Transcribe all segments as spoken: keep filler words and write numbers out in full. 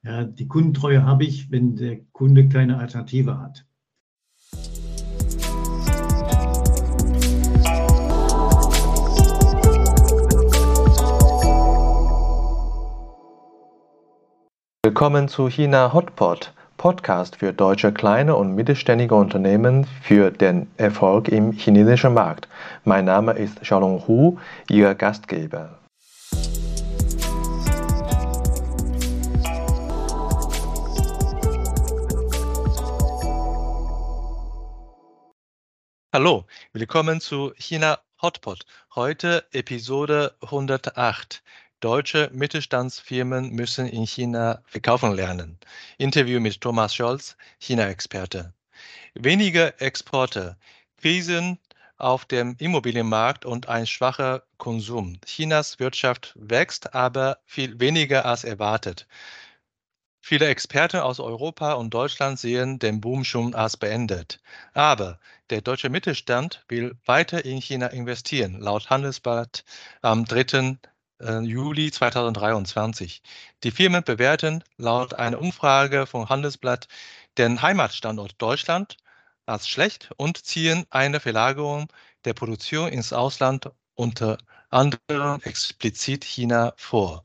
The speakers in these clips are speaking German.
Ja, die Kundentreue habe ich, wenn der Kunde keine Alternative hat. Willkommen zu China Hotpot, Podcast für deutsche kleine und mittelständige Unternehmen für den Erfolg im chinesischen Markt. Mein Name ist Xiaolong Hu, Ihr Gastgeber. Hallo, willkommen zu China Hotpot. Heute Episode hundertacht. Deutsche Mittelstandsfirmen müssen in China verkaufen lernen. Interview mit Thomas Scholz, China-Experte. Weniger Exporte, Krisen auf dem Immobilienmarkt und ein schwacher Konsum. Chinas Wirtschaft wächst, aber viel weniger als erwartet. Viele Experten aus Europa und Deutschland sehen den Boom schon als beendet. Aber der deutsche Mittelstand will weiter in China investieren, laut Handelsblatt am dritten Juli zweitausenddreiundzwanzig. Die Firmen bewerten laut einer Umfrage von Handelsblatt den Heimatstandort Deutschland als schlecht und ziehen eine Verlagerung der Produktion ins Ausland, unter anderem explizit China, vor.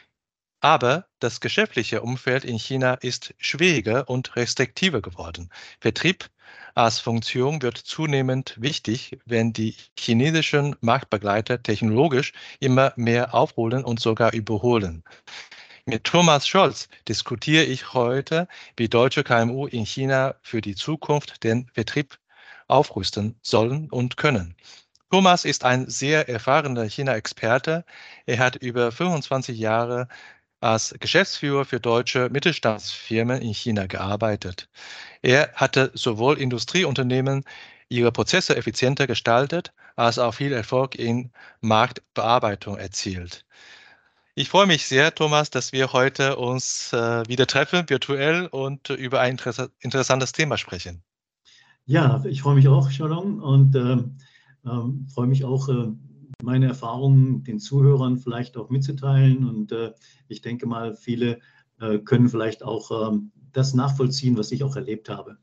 Aber das geschäftliche Umfeld in China ist schwieriger und restriktiver geworden. Vertrieb als Funktion wird zunehmend wichtig, wenn die chinesischen Marktbegleiter technologisch immer mehr aufholen und sogar überholen. Mit Thomas Scholz diskutiere ich heute, wie deutsche K M U in China für die Zukunft den Vertrieb aufrüsten sollen und können. Thomas ist ein sehr erfahrener China-Experte. Er hat über fünfundzwanzig Jahre als Geschäftsführer für deutsche Mittelstandsfirmen in China gearbeitet. Er hatte sowohl Industrieunternehmen ihre Prozesse effizienter gestaltet, als auch viel Erfolg in Marktbearbeitung erzielt. Ich freue mich sehr, Thomas, dass wir heute uns äh, wieder treffen, virtuell, und äh, über ein interess- interessantes Thema sprechen. Ja, ich freue mich auch, Xiaolong, und äh, äh, freue mich auch, äh, meine Erfahrungen den Zuhörern vielleicht auch mitzuteilen. Und äh, ich denke mal, viele äh, können vielleicht auch äh, das nachvollziehen, was ich auch erlebt habe.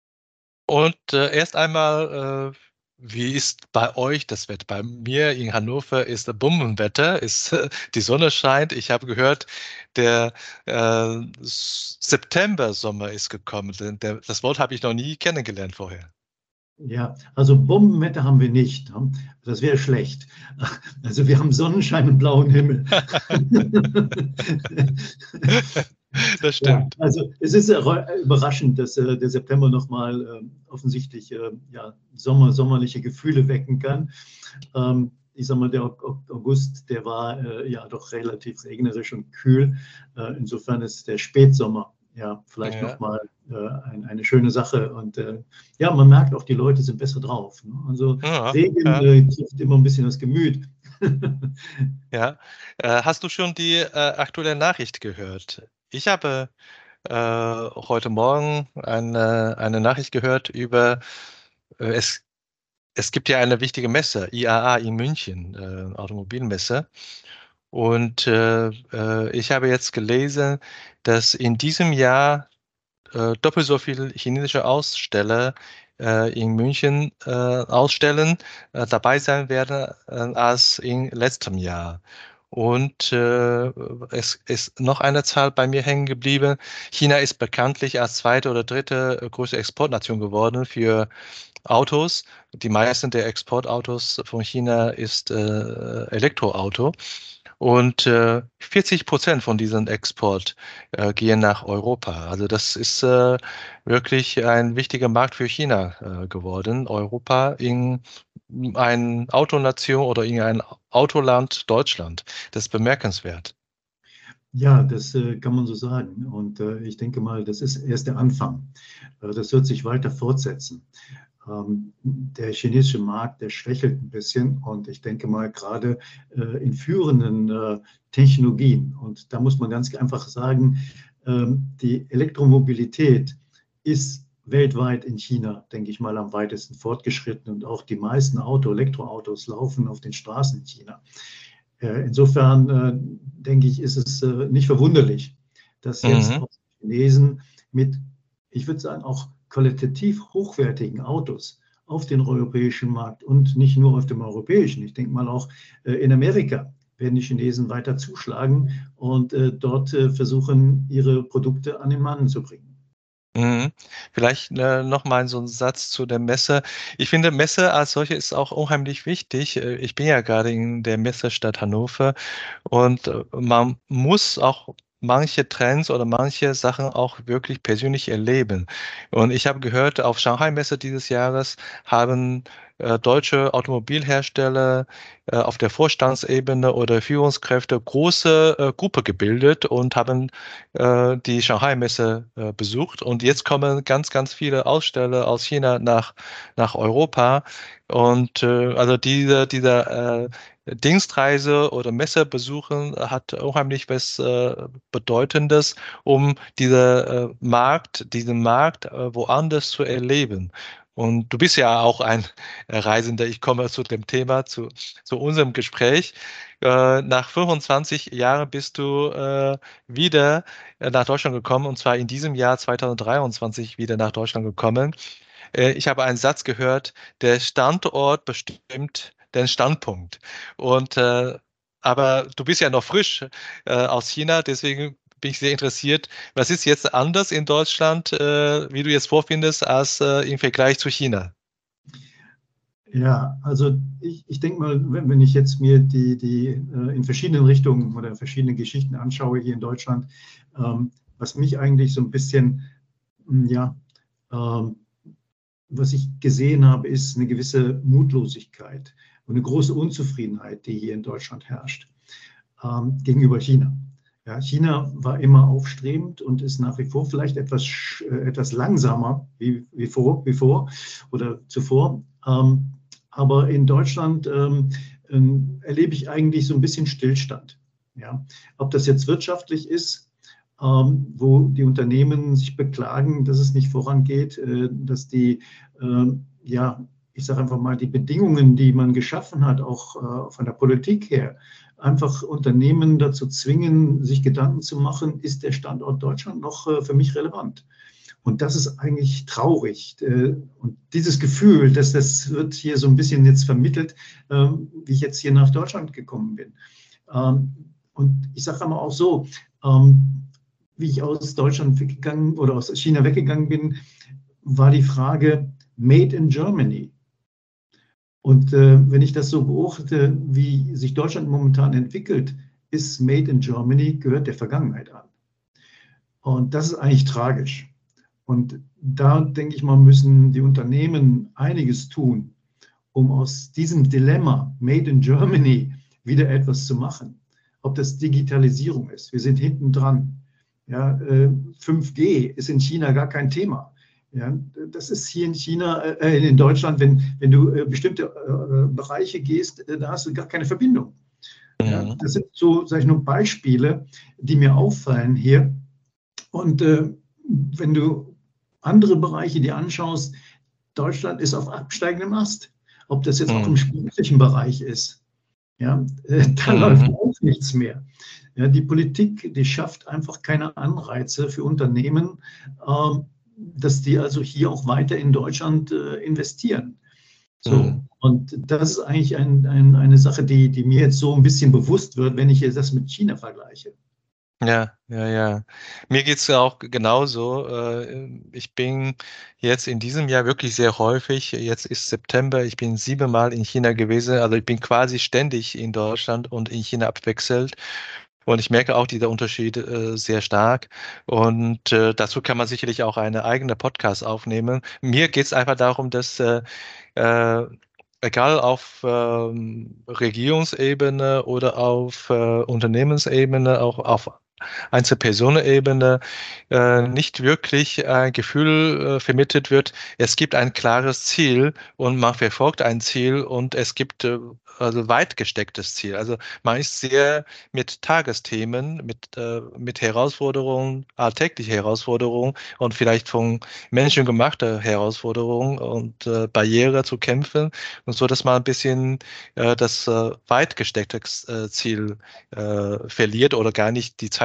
Und äh, erst einmal, äh, wie ist bei euch das Wetter? Bei mir in Hannover ist Bombenwetter, ist, äh, die Sonne scheint. Ich habe gehört, der äh, September-Sommer ist gekommen. Der, das Wort habe ich noch nie kennengelernt vorher. Ja, also Bombenwetter haben wir nicht. Das wäre schlecht. Also wir haben Sonnenschein und blauen Himmel. Das Ja, stimmt. also es ist überraschend, dass äh, der September nochmal äh, offensichtlich äh, ja, Sommer, sommerliche Gefühle wecken kann. Ähm, ich sag mal, der August, der war äh, ja doch relativ regnerisch und kühl. Äh, insofern ist der Spätsommer ja vielleicht Ja. nochmal äh, ein, eine schöne Sache. Und äh, ja, man merkt auch, die Leute sind besser drauf. Ne? Also Ja, Regen ja, äh, trifft immer ein bisschen das Gemüt. ja. Äh, hast du schon die äh, aktuelle Nachricht gehört? Ich habe äh, heute Morgen eine, eine Nachricht gehört über, äh, es, es gibt ja eine wichtige Messe, I A A in München, äh, Automobilmesse. Und äh, äh, ich habe jetzt gelesen, dass in diesem Jahr äh, doppelt so viele chinesische Aussteller äh, in München äh, ausstellen, äh, dabei sein werden äh, als im letzten Jahr. Und äh, es ist noch eine Zahl bei mir hängen geblieben. China ist bekanntlich als zweite oder dritte größte Exportnation geworden für Autos. Die meisten der Exportautos von China ist äh, Elektroauto. Und äh, vierzig Prozent von diesem Export äh, gehen nach Europa. Also das ist äh, wirklich ein wichtiger Markt für China äh, geworden. Europa in ein Autonation oder in ein Autoland Deutschland. Das ist bemerkenswert. Ja, das äh, kann man so sagen. Und äh, ich denke mal, das ist erst der Anfang. Äh, das wird sich weiter fortsetzen. Ähm, der chinesische Markt, der schwächelt ein bisschen. Und ich denke mal, gerade äh, in führenden äh, Technologien, und da muss man ganz einfach sagen, ähm, die Elektromobilität ist weltweit in China, denke ich mal, am weitesten fortgeschritten. Und auch die meisten Auto, Elektroautos laufen auf den Straßen in China. Insofern, äh, denke ich, ist es äh, nicht verwunderlich, dass jetzt Mhm. auch Chinesen mit, ich würde sagen, auch qualitativ hochwertigen Autos auf den europäischen Markt und nicht nur auf dem europäischen, ich denke mal auch äh, in Amerika werden die Chinesen weiter zuschlagen und äh, dort äh, versuchen, ihre Produkte an den Mann zu bringen. Mhm. Vielleicht äh, noch mal so ein Satz zu der Messe. Ich finde, Messe als solche ist auch unheimlich wichtig. Äh, ich bin ja gerade in der Messestadt Hannover und äh, man muss auch manche Trends oder manche Sachen auch wirklich persönlich erleben. Und ich habe gehört, auf Shanghai-Messe dieses Jahres haben äh, deutsche Automobilhersteller äh, auf der Vorstandsebene oder Führungskräfte große äh, Gruppe gebildet und haben äh, die Shanghai-Messe äh, besucht. Und jetzt kommen ganz, ganz viele Aussteller aus China nach, nach Europa. Und äh, also diese, diese äh, Dienstreise oder Messe besuchen hat unheimlich was äh, Bedeutendes, um diese äh, Markt, diesen Markt äh, woanders zu erleben. Und du bist ja auch ein äh, Reisender. Ich komme zu dem Thema, zu, zu unserem Gespräch. Äh, nach fünfundzwanzig Jahren bist du äh, wieder äh, nach Deutschland gekommen, und zwar in diesem Jahr zweitausenddreiundzwanzig wieder nach Deutschland gekommen. Äh, ich habe einen Satz gehört: der Standort bestimmt den Standpunkt. Und äh, aber du bist ja noch frisch äh, aus China, deswegen bin ich sehr interessiert, was ist jetzt anders in Deutschland, äh, wie du jetzt vorfindest, als äh, im Vergleich zu China? Ja, also ich, ich denke mal, wenn, wenn ich jetzt mir die, die äh, in verschiedenen Richtungen oder verschiedene Geschichten anschaue hier in Deutschland, ähm, was mich eigentlich so ein bisschen, mh, ja, ähm, was ich gesehen habe, ist eine gewisse Mutlosigkeit und eine große Unzufriedenheit, die hier in Deutschland herrscht, ähm, gegenüber China. Ja, China war immer aufstrebend und ist nach wie vor vielleicht etwas, äh, etwas langsamer wie, wie, vor, wie vor oder zuvor. Ähm, aber in Deutschland ähm, ähm, erlebe ich eigentlich so ein bisschen Stillstand. Ja? Ob das jetzt wirtschaftlich ist, ähm, wo die Unternehmen sich beklagen, dass es nicht vorangeht, äh, dass die, äh, ja, ich sage einfach mal, die Bedingungen, die man geschaffen hat, auch äh, von der Politik her, einfach Unternehmen dazu zwingen, sich Gedanken zu machen, ist der Standort Deutschland noch äh, für mich relevant? Und das ist eigentlich traurig. Äh, Und dieses Gefühl, dass das wird hier so ein bisschen jetzt vermittelt, ähm, wie ich jetzt hier nach Deutschland gekommen bin. Ähm, Und ich sage aber auch so, ähm, wie ich aus Deutschland weggegangen oder aus China weggegangen bin, war die Frage Made in Germany. Und äh, wenn ich das so beobachte, wie sich Deutschland momentan entwickelt, ist Made in Germany, gehört der Vergangenheit an. Und das ist eigentlich tragisch. Und da denke ich mal, müssen die Unternehmen einiges tun, um aus diesem Dilemma Made in Germany wieder etwas zu machen. Ob das Digitalisierung ist, wir sind hinten dran. Ja, fünf G ist in China gar kein Thema. Ja, das ist hier in China, äh, in Deutschland, wenn, wenn du äh, bestimmte äh, Bereiche gehst, äh, da hast du gar keine Verbindung. Ja, Mhm. das sind so, sage ich nur, Beispiele, die mir auffallen hier. Und äh, wenn du andere Bereiche dir anschaust, Deutschland ist auf absteigendem Ast. Ob das jetzt auch im Mhm. sportlichen Bereich ist, ja, äh, da läuft Mhm. auch nichts mehr. Ja, die Politik, die schafft einfach keine Anreize für Unternehmen, ähm, dass die also hier auch weiter in Deutschland äh, investieren. So, Mhm. und das ist eigentlich ein, ein, eine Sache, die, die mir jetzt so ein bisschen bewusst wird, wenn ich das mit China vergleiche. Ja, ja, ja. Mir geht's ja auch genauso. Äh, Ich bin jetzt in diesem Jahr wirklich sehr häufig. Jetzt ist September. Ich bin siebenmal in China gewesen. Also ich bin quasi ständig in Deutschland und in China abwechselnd. Und ich merke auch diese Unterschiede äh, sehr stark. Und äh, dazu kann man sicherlich auch eine eigene Podcast aufnehmen. Mir geht's einfach darum, dass äh, äh, egal auf ähm, Regierungsebene oder auf äh, Unternehmensebene, auch auf Einzelpersonenebene äh, nicht wirklich ein Gefühl äh, vermittelt wird. Es gibt ein klares Ziel und man verfolgt ein Ziel und es gibt äh, also weit gestecktes Ziel. Also man ist sehr mit Tagesthemen, mit, äh, mit Herausforderungen, alltägliche Herausforderungen und vielleicht von menschengemachter Herausforderungen und äh, Barriere zu kämpfen und so, dass man ein bisschen äh, das äh, weit gesteckte äh, Ziel äh, verliert oder gar nicht die Zeit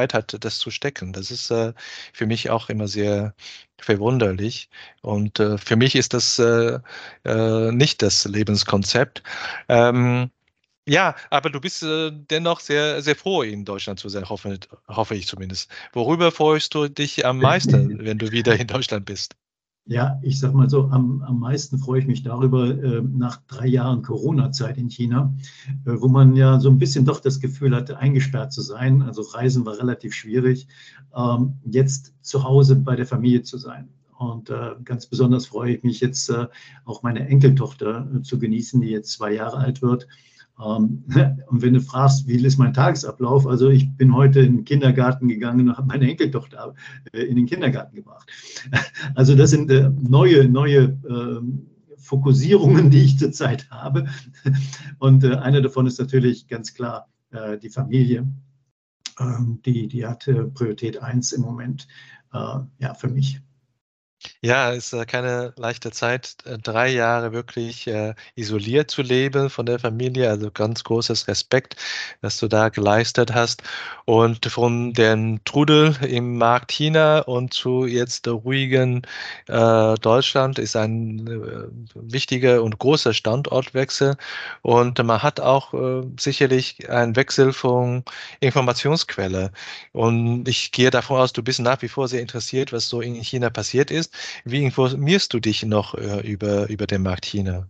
Zeit hat, das zu stecken. Das ist äh, für mich auch immer sehr verwunderlich. Und äh, für mich ist das äh, äh, nicht das Lebenskonzept. Ähm, ja, aber du bist äh, dennoch sehr, sehr froh, in Deutschland zu sein, hoffe, hoffe ich zumindest. Worüber freust du dich am meisten, wenn du wieder in Deutschland bist? Ja, ich sag mal so, am, am meisten freue ich mich darüber, äh, nach drei Jahren Corona-Zeit in China, äh, wo man ja so ein bisschen doch das Gefühl hatte, eingesperrt zu sein. Also Reisen war relativ schwierig, ähm, jetzt zu Hause bei der Familie zu sein. Und äh, ganz besonders freue ich mich jetzt äh, auch meine Enkeltochter äh, zu genießen, die jetzt zwei Jahre alt wird. Ähm, und wenn du fragst, wie ist mein Tagesablauf, also ich bin heute in den Kindergarten gegangen und habe meine Enkeltochter äh, in den Kindergarten gebracht. Also das sind äh, neue, neue äh, Fokussierungen, die ich zurzeit habe. Und äh, eine davon ist natürlich ganz klar äh, die Familie. Ähm, die, die hat äh, Priorität eins im Moment, äh, ja, für mich. Ja, es ist äh, keine leichte Zeit, äh, drei Jahre wirklich äh, isoliert zu leben von der Familie. Also ganz großes Respekt, dass du da geleistet hast. Und von dem Trudel im Markt China und zu jetzt der ruhigen äh, Deutschland ist ein äh, wichtiger und großer Standortwechsel. Und man hat auch äh, sicherlich einen Wechsel von Informationsquelle. Und ich gehe davon aus, du bist nach wie vor sehr interessiert, was so in China passiert ist. Wie informierst du dich noch äh, über, über den Markt China?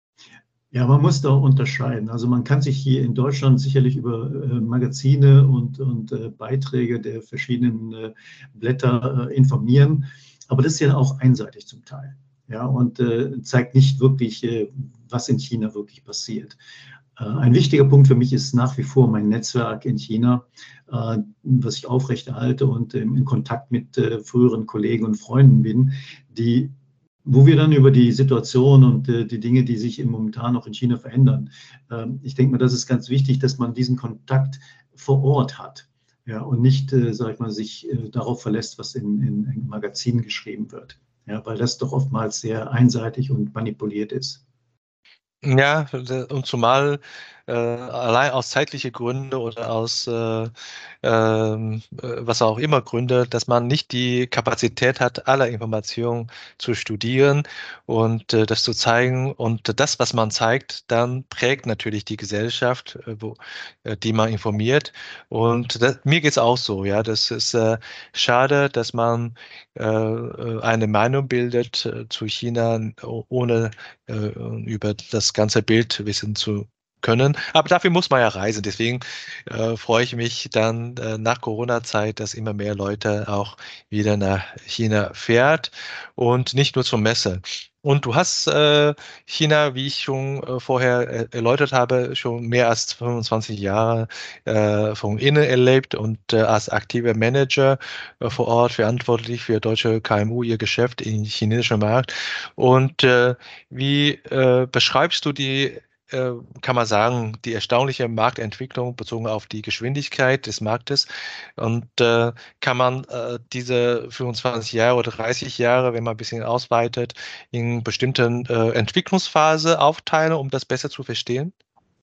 Ja, man muss da unterscheiden. Also man kann sich hier in Deutschland sicherlich über äh, Magazine und, und äh, Beiträge der verschiedenen äh, Blätter äh, informieren, aber das ist ja auch einseitig zum Teil. Ja, und äh, zeigt nicht wirklich, äh, was in China wirklich passiert. Äh, ein wichtiger Punkt für mich ist nach wie vor mein Netzwerk in China, äh, was ich aufrechterhalte und ähm, in Kontakt mit äh, früheren Kollegen und Freunden bin, die wo wir dann über die Situation und äh, die Dinge, die sich im momentan noch in China verändern, ähm, ich denke mal, das ist ganz wichtig, dass man diesen Kontakt vor Ort hat, ja, und nicht, äh, sag ich mal, sich äh, darauf verlässt, was in, in, in Magazinen geschrieben wird, ja, weil das doch oftmals sehr einseitig und manipuliert ist. Ja, und zumal äh, allein aus zeitlichen Gründen oder aus äh, ähm, äh, was auch immer Gründe, dass man nicht die Kapazität hat, alle Informationen zu studieren und äh, das zu zeigen. Und das, was man zeigt, dann prägt natürlich die Gesellschaft, äh, wo, äh, die man informiert. Und das, mir geht es auch so, ja. Das ist äh, schade, dass man äh, äh, eine Meinung bildet äh, zu China, o- ohne äh, über das ganze Bild wissen zu können. Aber dafür muss man ja reisen. Deswegen äh, freue ich mich dann äh, nach Corona-Zeit, dass immer mehr Leute auch wieder nach China fährt und nicht nur zur Messe. Und du hast äh, China, wie ich schon äh, vorher äh, erläutert habe, schon mehr als fünfundzwanzig Jahre äh, von innen erlebt und äh, als aktiver Manager äh, vor Ort verantwortlich für deutsche K M U, ihr Geschäft im chinesischen Markt. Und äh, wie äh, beschreibst du die, äh, kann man sagen, die erstaunliche Marktentwicklung bezogen auf die Geschwindigkeit des Marktes? Und äh, kann man äh, diese fünfundzwanzig Jahre oder dreißig Jahre, wenn man ein bisschen ausweitet, in bestimmten äh, Entwicklungsphase aufteilen, um das besser zu verstehen?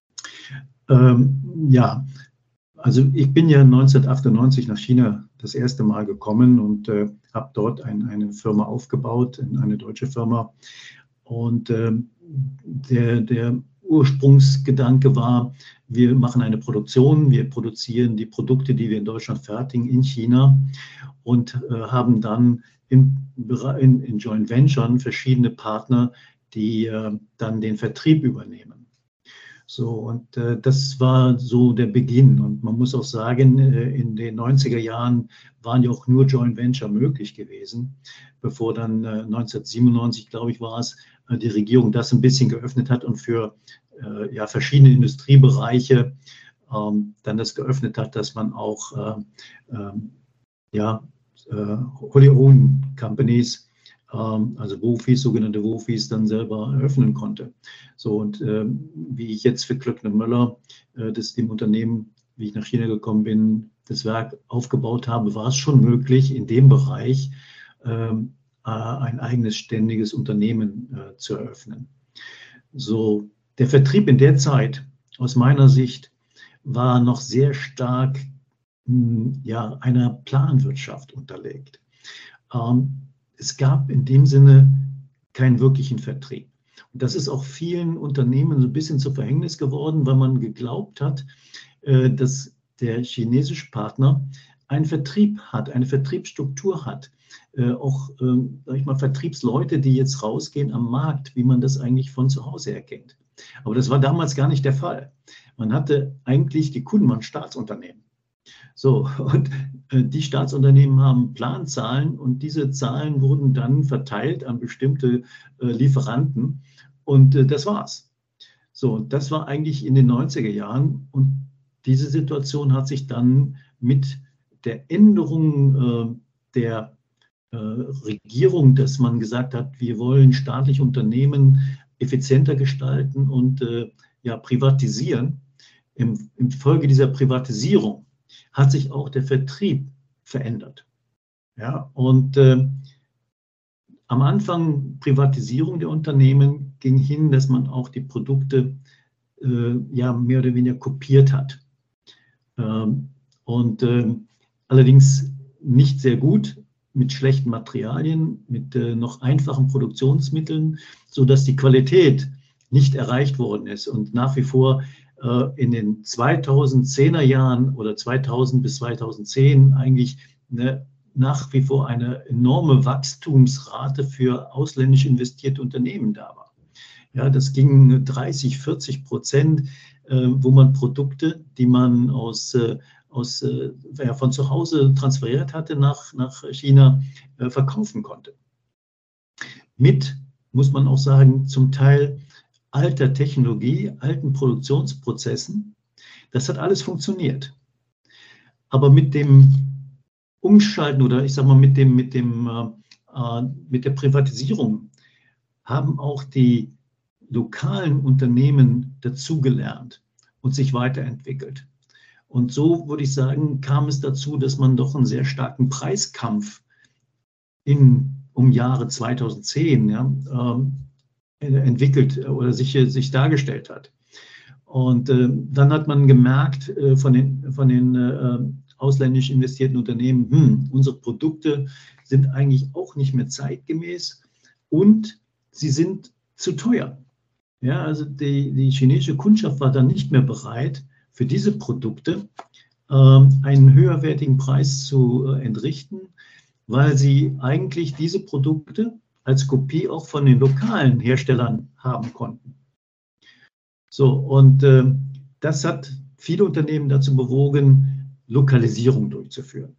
Ähm, ja, also ich bin ja neunzehnhundertachtundneunzig nach China das erste Mal gekommen und äh, habe dort ein, eine Firma aufgebaut, eine deutsche Firma. Und ähm, der, der Ursprungsgedanke war, wir machen eine Produktion, wir produzieren die Produkte, die wir in Deutschland fertigen, in China und äh, haben dann in, in, in Joint Venturen verschiedene Partner, die äh, dann den Vertrieb übernehmen. So, und äh, das war so der Beginn. Und man muss auch sagen, äh, in den neunziger Jahren waren ja auch nur Joint Venture möglich gewesen, bevor dann äh, neunzehnhundertsiebenundneunzig, glaube ich, war es, äh, die Regierung das ein bisschen geöffnet hat und für äh, ja, verschiedene Industriebereiche ähm, dann das geöffnet hat, dass man auch äh, äh, ja, äh, Wholly Owned Companies, ähm, also Wofis, sogenannte Wofis, dann selber eröffnen konnte. So, und ähm, wie ich jetzt für Klöckner Möller, äh, das dem Unternehmen, wie ich nach China gekommen bin, das Werk aufgebaut habe, war es schon möglich, in dem Bereich ähm, äh, ein eigenes ständiges Unternehmen äh, zu eröffnen. So, der Vertrieb in der Zeit, aus meiner Sicht, war noch sehr stark ja, einer Planwirtschaft unterlegt. Ähm, es gab in dem Sinne keinen wirklichen Vertrieb. Und das ist auch vielen Unternehmen so ein bisschen zu Verhängnis geworden, weil man geglaubt hat, äh, dass der chinesische Partner einen Vertrieb hat, eine Vertriebsstruktur hat, äh, auch, äh, sag ich mal, Vertriebsleute, die jetzt rausgehen am Markt, wie man das eigentlich von zu Hause erkennt. Aber das war damals gar nicht der Fall. Man hatte eigentlich, die Kunden waren Staatsunternehmen. So, und äh, die Staatsunternehmen haben Planzahlen und diese Zahlen wurden dann verteilt an bestimmte äh, Lieferanten und äh, das war's. So, das war eigentlich in den neunziger Jahren und diese Situation hat sich dann mit der Änderung äh, der äh, Regierung, dass man gesagt hat, wir wollen staatliche Unternehmen effizienter gestalten und äh, ja, privatisieren. Im, im Folge dieser Privatisierung hat sich auch der Vertrieb verändert. Ja, und äh, am Anfang Privatisierung der Unternehmen ging hin, dass man auch die Produkte äh, ja, mehr oder weniger kopiert hat. Ähm, und äh, allerdings nicht sehr gut, mit schlechten Materialien, mit äh, noch einfachen Produktionsmitteln, sodass die Qualität nicht erreicht worden ist und nach wie vor in den zweitausendzehner Jahren oder zweitausend bis zweitausendzehn eigentlich eine, nach wie vor eine enorme Wachstumsrate für ausländisch investierte Unternehmen da war. Ja, das ging dreißig, vierzig Prozent, äh, wo man Produkte, die man aus, äh, aus, äh, ja, von zu Hause transferiert hatte nach, nach China, äh, verkaufen konnte. Mit, muss man auch sagen, zum Teil alter Technologie, alten Produktionsprozessen. Das hat alles funktioniert. Aber mit dem Umschalten oder ich sage mal mit, dem, mit, dem, äh, mit der Privatisierung haben auch die lokalen Unternehmen dazugelernt und sich weiterentwickelt. Und so würde ich sagen, kam es dazu, dass man doch einen sehr starken Preiskampf in, um Jahre zweitausendzehn ja, äh, entwickelt oder sich, sich dargestellt hat. Und äh, dann hat man gemerkt äh, von den, von den äh, ausländisch investierten Unternehmen, hm, unsere Produkte sind eigentlich auch nicht mehr zeitgemäß und sie sind zu teuer. Ja, also die, die chinesische Kundschaft war dann nicht mehr bereit, für diese Produkte äh, einen höherwertigen Preis zu äh, entrichten, weil sie eigentlich diese Produkte als Kopie auch von den lokalen Herstellern haben konnten. So, und äh, das hat viele Unternehmen dazu bewogen, Lokalisierung durchzuführen.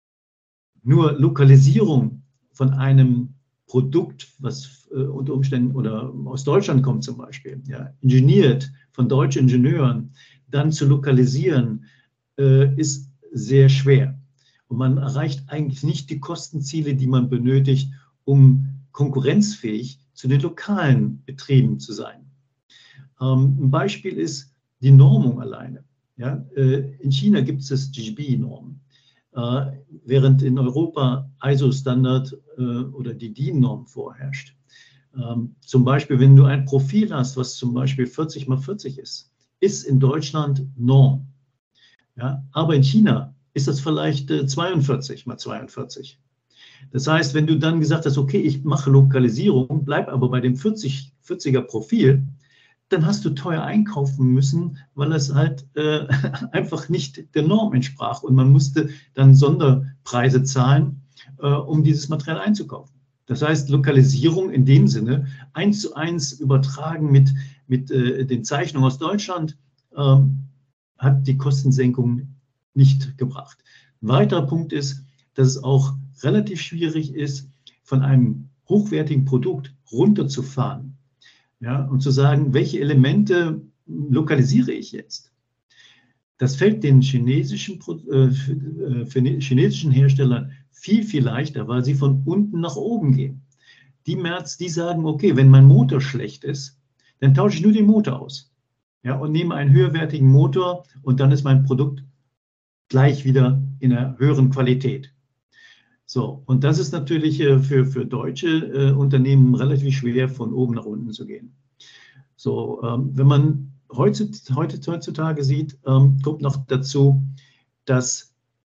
Nur Lokalisierung von einem Produkt, was äh, unter Umständen oder aus Deutschland kommt zum Beispiel, ja, ingeniert von deutschen Ingenieuren, dann zu lokalisieren, äh, ist sehr schwer. Und man erreicht eigentlich nicht die Kostenziele, die man benötigt, um konkurrenzfähig zu den lokalen Betrieben zu sein. Ähm, ein Beispiel ist die Normung alleine. Ja, äh, in China gibt es das G B I-Norm, äh, während in Europa I S O-Standard äh, oder die D I N-Norm vorherrscht. Ähm, zum Beispiel, wenn du ein Profil hast, was zum Beispiel vierzig mal vierzig ist, ist in Deutschland Norm. Ja, aber in China ist das vielleicht äh, zweiundvierzig mal zweiundvierzig. Das heißt, wenn du dann gesagt hast, okay, ich mache Lokalisierung, bleib aber bei dem vierzig, vierziger Profil, dann hast du teuer einkaufen müssen, weil es halt äh, einfach nicht der Norm entsprach und man musste dann Sonderpreise zahlen, äh, um dieses Material einzukaufen. Das heißt, Lokalisierung in dem Sinne, eins zu eins übertragen mit, mit äh, den Zeichnungen aus Deutschland, äh, hat die Kostensenkung nicht gebracht. Ein weiterer Punkt ist, dass es auch relativ schwierig ist, von einem hochwertigen Produkt runterzufahren, ja, und zu sagen, welche Elemente lokalisiere ich jetzt. Das fällt den chinesischen, äh, chinesischen Herstellern viel, viel leichter, weil sie von unten nach oben gehen. Die März, die sagen, okay, wenn mein Motor schlecht ist, dann tausche ich nur den Motor aus, ja, und nehme einen höherwertigen Motor und dann ist mein Produkt gleich wieder in einer höheren Qualität. So, und das ist natürlich äh, für, für deutsche äh, Unternehmen relativ schwer, von oben nach unten zu gehen. So, ähm, wenn man heutzutage, heutzutage sieht, ähm, kommt noch dazu, dass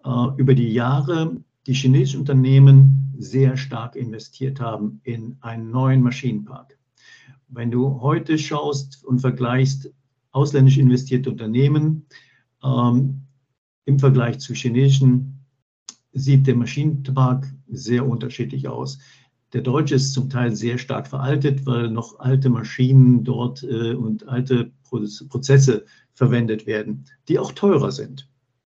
äh, über die Jahre die chinesischen Unternehmen sehr stark investiert haben in einen neuen Maschinenpark. Wenn du heute schaust und vergleichst ausländisch investierte Unternehmen ähm, im Vergleich zu chinesischen, sieht der Maschinenpark sehr unterschiedlich aus. Der deutsche ist zum Teil sehr stark veraltet, weil noch alte Maschinen dort äh, und alte Prozesse verwendet werden, die auch teurer sind.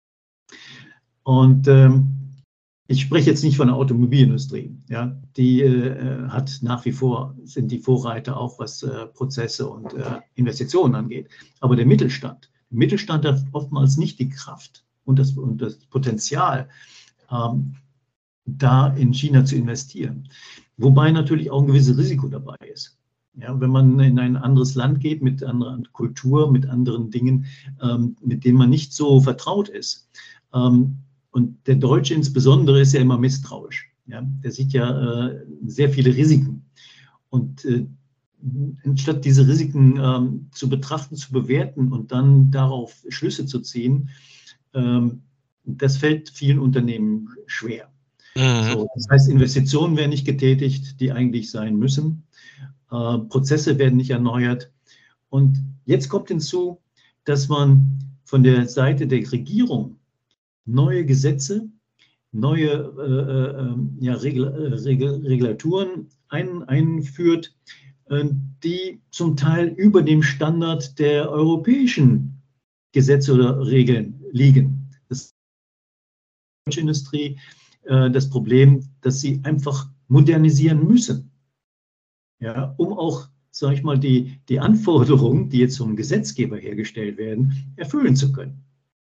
Und ähm, ich spreche jetzt nicht von der Automobilindustrie. Ja, die äh, hat nach wie vor, sind die Vorreiter auch, was äh, Prozesse und äh, Investitionen angeht. Aber der Mittelstand, der Mittelstand hat oftmals nicht die Kraft und das, und das Potenzial, ähm, da in China zu investieren. Wobei natürlich auch ein gewisses Risiko dabei ist. Ja, wenn man in ein anderes Land geht mit anderer Kultur, mit anderen Dingen, ähm, mit denen man nicht so vertraut ist. Ähm, und der Deutsche insbesondere ist ja immer misstrauisch. Ja? Der sieht ja äh, sehr viele Risiken. Und äh, anstatt diese Risiken ähm, zu betrachten, zu bewerten und dann darauf Schlüsse zu ziehen, ähm, das fällt vielen Unternehmen schwer. Mhm. So, das heißt, Investitionen werden nicht getätigt, die eigentlich sein müssen. Äh, Prozesse werden nicht erneuert. Und jetzt kommt hinzu, dass man von der Seite der Regierung neue Gesetze, neue äh, äh, ja, Regel, äh, Regel, Regulaturen ein, einführt, äh, die zum Teil über dem Standard der europäischen Gesetze oder Regeln liegen. Das ist die deutsche Industrie äh, das Problem, dass sie einfach modernisieren müssen, ja, um auch, sage ich mal, die, die Anforderungen, die jetzt vom Gesetzgeber hergestellt werden, erfüllen zu können.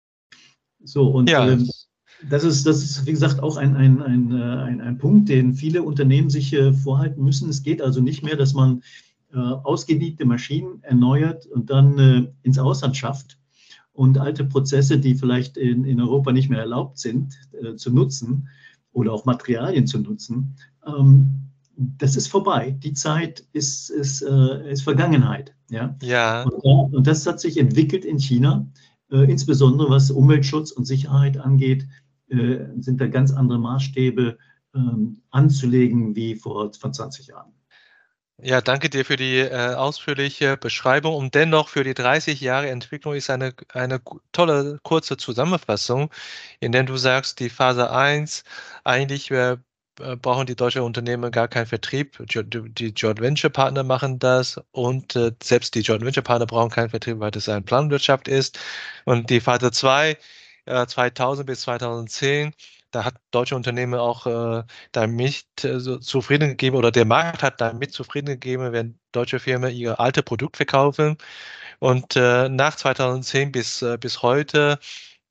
So, und Ja. ähm, das ist, das ist, wie gesagt, auch ein, ein, ein, ein, ein Punkt, den viele Unternehmen sich äh, vorhalten müssen. Es geht also nicht mehr, dass man äh, ausgediente Maschinen erneuert und dann äh, ins Ausland schafft und alte Prozesse, die vielleicht in, in Europa nicht mehr erlaubt sind, äh, zu nutzen oder auch Materialien zu nutzen. Ähm, das ist vorbei. Die Zeit ist, ist, äh, ist Vergangenheit. Ja? Ja. Und, und das hat sich entwickelt in China. Äh, insbesondere was Umweltschutz und Sicherheit angeht, äh, sind da ganz andere Maßstäbe äh, anzulegen wie vor, vor zwanzig Jahren. Ja, danke dir für die äh, ausführliche Beschreibung und dennoch für die dreißig Jahre Entwicklung ist eine, eine tolle kurze Zusammenfassung, in der du sagst, die Phase eins, eigentlich äh, brauchen die deutschen Unternehmen gar keinen Vertrieb. Die Joint Venture Partner machen das und äh, selbst die Joint Venture Partner brauchen keinen Vertrieb, weil das eine Planwirtschaft ist. Und die Phase zwei, äh, zweitausend bis zweitausendzehn, da hat deutsche Unternehmen auch äh, damit äh, so zufrieden gegeben oder der Markt hat damit zufrieden gegeben, wenn deutsche Firmen ihr alte Produkt verkaufen. Und äh, nach zweitausendzehn bis, äh, bis heute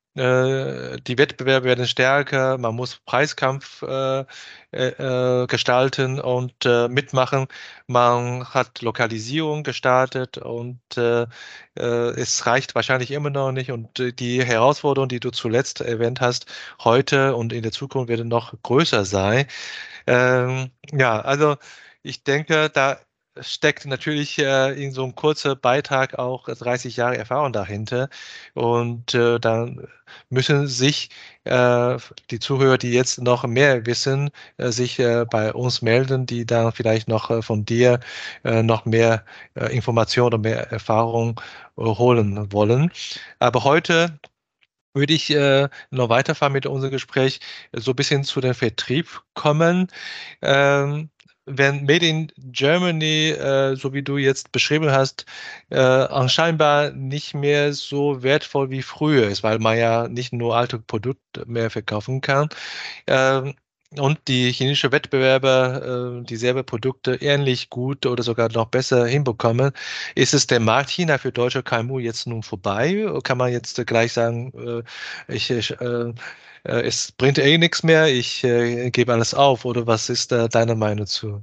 äh, die Wettbewerbe werden stärker, man muss Preiskampf äh, äh, gestalten und äh, mitmachen. Man hat Lokalisierung gestartet und äh, äh, es reicht wahrscheinlich immer noch nicht. Und äh, die Herausforderung, die du zuletzt erwähnt hast, heute und in der Zukunft werden noch größer sein. Ähm, ja, also ich denke, da steckt natürlich äh, in so einem kurzen Beitrag auch dreißig Jahre Erfahrung dahinter. Und äh, dann müssen sich äh, die Zuhörer, die jetzt noch mehr wissen, äh, sich äh, bei uns melden, die dann vielleicht noch äh, von dir äh, noch mehr äh, Informationen oder mehr Erfahrung äh, holen wollen. Aber heute würde ich äh, noch weiterfahren mit unserem Gespräch, so ein bisschen zu dem Vertrieb kommen. Ähm, wenn Made in Germany, äh, so wie du jetzt beschrieben hast, äh, anscheinend nicht mehr so wertvoll wie früher ist, weil man ja nicht nur alte Produkte mehr verkaufen kann. Ähm, und die chinesischen Wettbewerber äh, dieselbe Produkte ähnlich gut oder sogar noch besser hinbekommen. Ist es der Markt China für deutsche K M U jetzt nun vorbei? Kann man jetzt gleich sagen, äh, ich, ich, äh, äh, es bringt eh nichts mehr, ich äh, gebe alles auf? Oder was ist äh, deine Meinung zu?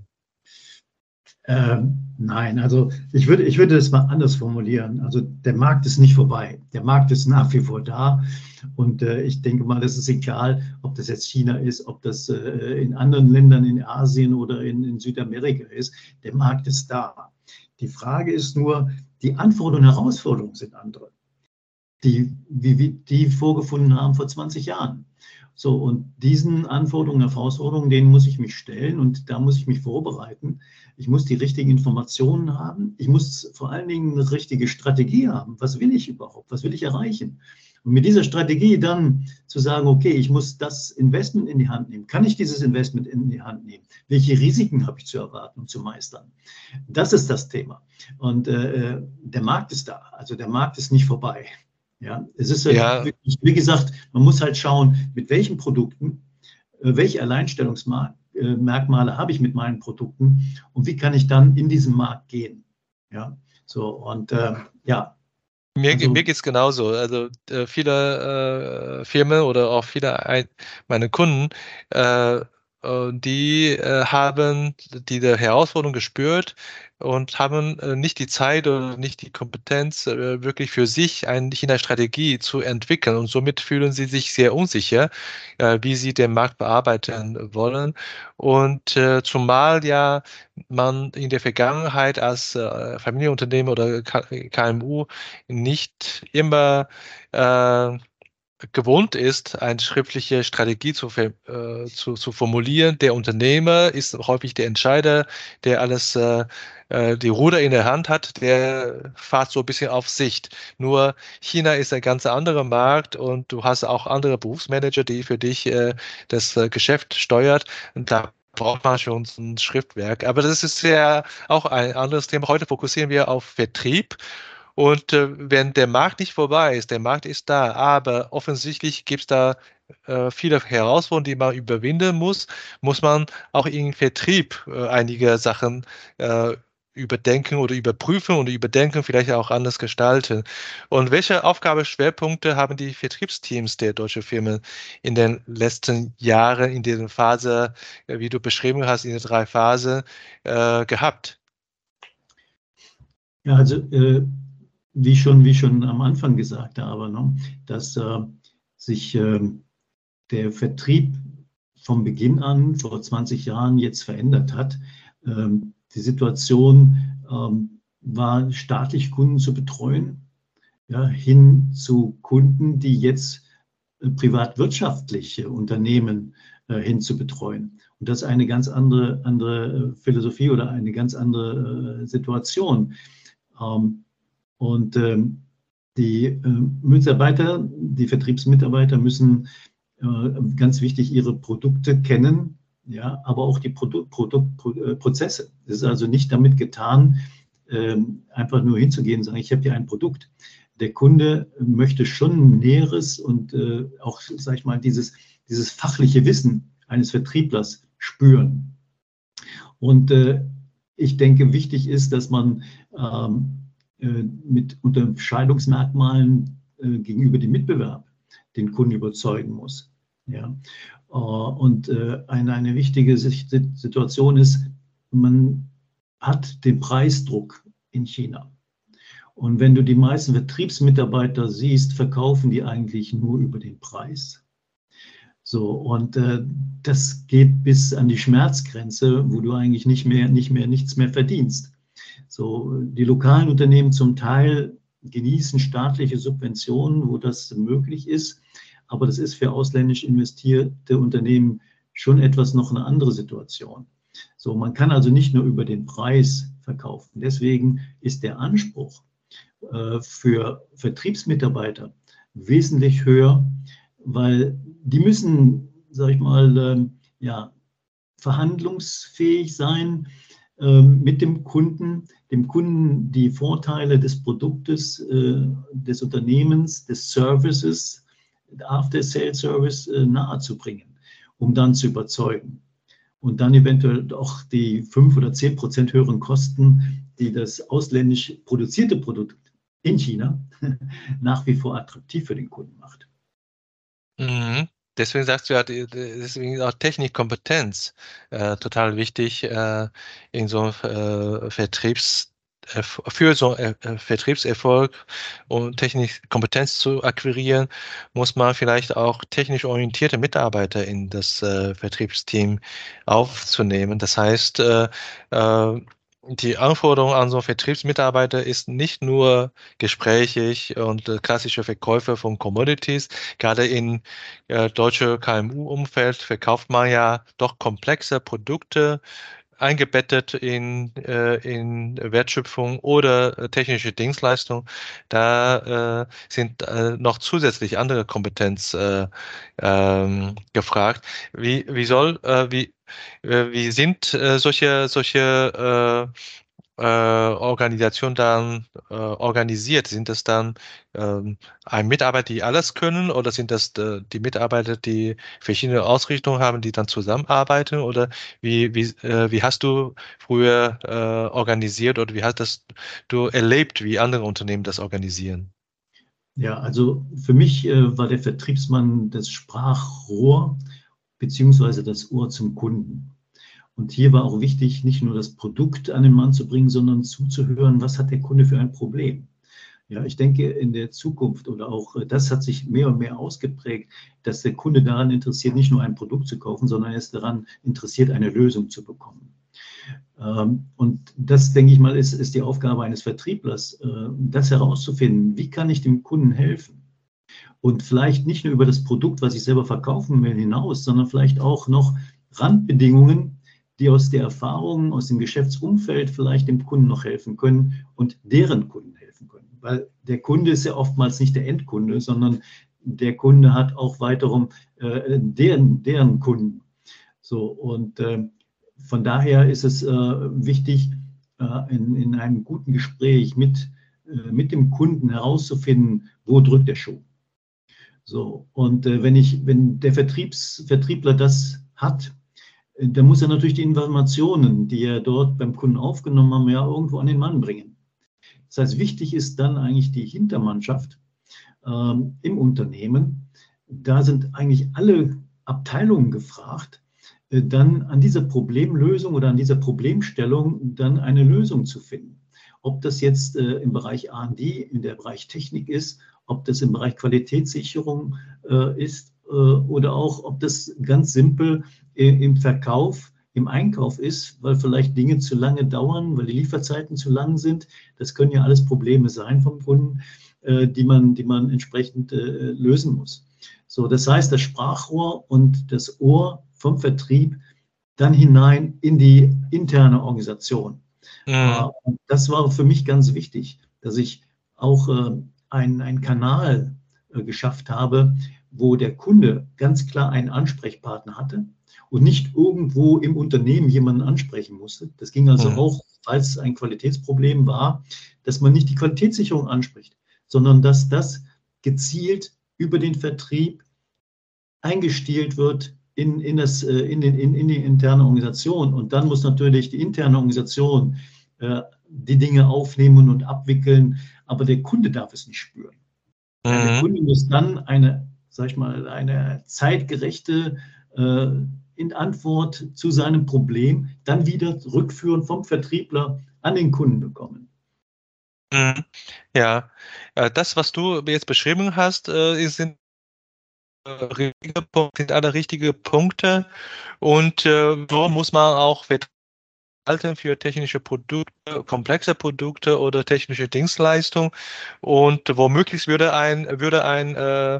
Ähm, nein, also ich würde, ich würde das mal anders formulieren. Also der Markt ist nicht vorbei. Der Markt ist nach wie vor da. Und äh, ich denke mal, das ist egal, ob das jetzt China ist, ob das äh, in anderen Ländern in Asien oder in, in Südamerika ist. Der Markt ist da. Die Frage ist nur, die Anforderungen und Herausforderungen sind andere. die, wie wir die vorgefunden haben vor zwanzig Jahren. So, und diesen Anforderungen, Herausforderungen, denen muss ich mich stellen und da muss ich mich vorbereiten. Ich muss die richtigen Informationen haben. Ich muss vor allen Dingen eine richtige Strategie haben. Was will ich überhaupt? Was will ich erreichen? Und mit dieser Strategie dann zu sagen, okay, ich muss das Investment in die Hand nehmen. Kann ich dieses Investment in die Hand nehmen? Welche Risiken habe ich zu erwarten und zu meistern? Das ist das Thema. Und äh, der Markt ist da. Also der Markt ist nicht vorbei. Ja, es ist halt Ja, wirklich, wie gesagt, man muss halt schauen, mit welchen Produkten, äh, welche Alleinstellungsmerkmale habe ich mit meinen Produkten und wie kann ich dann in diesen Markt gehen. Ja, so und äh, ja, Mir, ge- also mir geht es genauso. Also äh, viele äh, Firmen oder auch viele ein, meine Kunden, äh, äh, die äh, haben diese Herausforderung gespürt und haben äh, nicht die Zeit oder nicht die Kompetenz, äh, wirklich für sich eine China-Strategie zu entwickeln. Und somit fühlen sie sich sehr unsicher, äh, wie sie den Markt bearbeiten wollen. Und äh, zumal ja man in der Vergangenheit als äh, Familienunternehmen oder K KMU nicht immer äh, gewohnt ist, eine schriftliche Strategie zu, ver- äh, zu, zu formulieren. Der Unternehmer ist häufig der Entscheider, der alles, äh, äh, die Ruder in der Hand hat, der fährt so ein bisschen auf Sicht. Nur China ist ein ganz anderer Markt und du hast auch andere Berufsmanager, die für dich äh, das äh, Geschäft steuert. Und da braucht man schon so ein Schriftwerk. Aber das ist ja auch ein anderes Thema. Heute fokussieren wir auf Vertrieb. Und äh, wenn der Markt nicht vorbei ist, der Markt ist da, aber offensichtlich gibt es da äh, viele Herausforderungen, die man überwinden muss, muss man auch im Vertrieb äh, einige Sachen äh, überdenken oder überprüfen und überdenken, vielleicht auch anders gestalten. Und welche Aufgabenschwerpunkte haben die Vertriebsteams der deutschen Firmen in den letzten Jahren in dieser Phase, äh, wie du beschrieben hast, in den drei Phasen äh, gehabt? ja, also äh, wie schon, wie schon am Anfang gesagt habe, ne, dass äh, sich äh, der Vertrieb vom Beginn an vor zwanzig Jahren jetzt verändert hat. Ähm, die Situation ähm, war, staatlich Kunden zu betreuen, ja, hin zu Kunden, die jetzt äh, privatwirtschaftliche Unternehmen äh, hin zu betreuen. Und das ist eine ganz andere, andere äh, Philosophie oder eine ganz andere äh, Situation. Ähm, und ähm, die äh, Mitarbeiter, die Vertriebsmitarbeiter müssen äh, ganz wichtig ihre Produkte kennen, ja, aber auch die Produ Produkt, Pro äh, Prozesse. Es ist also nicht damit getan, äh, einfach nur hinzugehen und sagen, ich habe hier ein Produkt. Der Kunde möchte schon Näheres und äh, auch, sag ich mal, dieses, dieses fachliche Wissen eines Vertrieblers spüren. Und äh, ich denke, wichtig ist, dass man ähm, äh, mit Unterscheidungsmerkmalen äh, gegenüber dem Mitbewerb den Kunden überzeugen muss. Ja? Äh, und äh, eine, eine wichtige Situation ist, man hat den Preisdruck in China. Und wenn du die meisten Vertriebsmitarbeiter siehst, verkaufen die eigentlich nur über den Preis. So, und äh, das geht bis an die Schmerzgrenze, wo du eigentlich nicht mehr, nicht mehr, nichts mehr verdienst. So, die lokalen Unternehmen zum Teil genießen staatliche Subventionen, wo das möglich ist, aber das ist für ausländisch investierte Unternehmen schon etwas noch eine andere Situation. So, man kann also nicht nur über den Preis verkaufen. Deswegen ist der Anspruch äh, für Vertriebsmitarbeiter wesentlich höher, weil die müssen, sag ich mal, äh, ja, verhandlungsfähig sein äh, mit dem Kunden, dem Kunden die Vorteile des Produktes, äh, des Unternehmens, des Services, After-Sales-Service äh, nahezubringen, um dann zu überzeugen. Und dann eventuell auch die fünf oder zehn Prozent höheren Kosten, die das ausländisch produzierte Produkt in China nach wie vor attraktiv für den Kunden macht. Mhm. Deswegen sagst du ja, die- die- deswegen ist auch Technikkompetenz äh, total wichtig äh, in so äh, Vertriebs äh, für so äh, äh, Vertriebserfolg und Technikkompetenz zu akquirieren, muss man vielleicht auch technisch orientierte Mitarbeiter in das äh, Vertriebsteam aufzunehmen. Das heißt, äh, äh, die Anforderung an so einen Vertriebsmitarbeiter ist nicht nur gesprächig und äh, klassische Verkäufe von Commodities. Gerade in äh, deutsche K M U-Umfeld verkauft man ja doch komplexe Produkte, eingebettet in, äh, in Wertschöpfung oder äh, technische Dienstleistung. Da äh, sind äh, noch zusätzlich andere Kompetenz äh, ähm, gefragt. Wie, wie soll, äh, wie, äh, wie sind äh, solche, solche äh, äh, Organisationen dann äh, organisiert? Sind das dann ähm, ein Mitarbeiter, die alles können, oder sind das äh, die Mitarbeiter, die verschiedene Ausrichtungen haben, die dann zusammenarbeiten? Oder wie, wie, äh, wie hast du früher äh, organisiert oder wie hast das du erlebt, wie andere Unternehmen das organisieren? Ja, also für mich äh, war der Vertriebsmann das Sprachrohr beziehungsweise das Ohr zum Kunden. Und hier war auch wichtig, nicht nur das Produkt an den Mann zu bringen, sondern zuzuhören, was hat der Kunde für ein Problem. Ja, ich denke, in der Zukunft oder auch äh, das hat sich mehr und mehr ausgeprägt, dass der Kunde daran interessiert, nicht nur ein Produkt zu kaufen, sondern er ist daran interessiert, eine Lösung zu bekommen. Ähm, und das, denke ich mal, ist, ist die Aufgabe eines Vertrieblers, äh, das herauszufinden, wie kann ich dem Kunden helfen? Und vielleicht nicht nur über das Produkt, was ich selber verkaufen will, hinaus, sondern vielleicht auch noch Randbedingungen, die aus der Erfahrung, aus dem Geschäftsumfeld vielleicht dem Kunden noch helfen können und deren Kunden helfen können. Weil der Kunde ist ja oftmals nicht der Endkunde, sondern der Kunde hat auch weiterum äh, deren, deren Kunden. So, und äh, von daher ist es äh, wichtig, äh, in, in einem guten Gespräch mit, äh, mit dem Kunden herauszufinden, wo drückt der Schuh. So, und äh, wenn ich, wenn der Vertriebs, Vertriebler das hat, äh, dann muss er natürlich die Informationen, die er dort beim Kunden aufgenommen hat, ja irgendwo an den Mann bringen. Das heißt, wichtig ist dann eigentlich die Hintermannschaft ähm, im Unternehmen. Da sind eigentlich alle Abteilungen gefragt, äh, dann an dieser Problemlösung oder an dieser Problemstellung dann eine Lösung zu finden. Ob das jetzt äh, im Bereich R und D, in der Bereich Technik ist, ob das im Bereich Qualitätssicherung äh, ist äh, oder auch, ob das ganz simpel äh, im Verkauf, im Einkauf ist, weil vielleicht Dinge zu lange dauern, weil die Lieferzeiten zu lang sind. Das können ja alles Probleme sein vom Kunden, äh, die man, die man entsprechend äh, lösen muss. So, das heißt, das Sprachrohr und das Ohr vom Vertrieb dann hinein in die interne Organisation. Mhm. Das war für mich ganz wichtig, dass ich auch einen, einen Kanal geschafft habe, wo der Kunde ganz klar einen Ansprechpartner hatte und nicht irgendwo im Unternehmen jemanden ansprechen musste. Das ging also Mhm. auch, falls ein Qualitätsproblem war, dass man nicht die Qualitätssicherung anspricht, sondern dass das gezielt über den Vertrieb eingestielt wird in, in, das, in, den, in, in die interne Organisation. Und dann muss natürlich die interne Organisation äh, die Dinge aufnehmen und abwickeln, aber der Kunde darf es nicht spüren. Ja, der Mhm. Kunde muss dann eine, sag ich mal, eine zeitgerechte äh, in Antwort zu seinem Problem dann wieder rückführen vom Vertriebler an den Kunden bekommen. Mhm. Ja, äh, das, was du jetzt beschrieben hast, äh, sind äh, richtige Punkte, sind alle richtige Punkte. Und äh, so muss man auch Verhalten für technische Produkte, komplexe Produkte oder technische Dienstleistungen. Und womöglich würde ein, würde ein äh,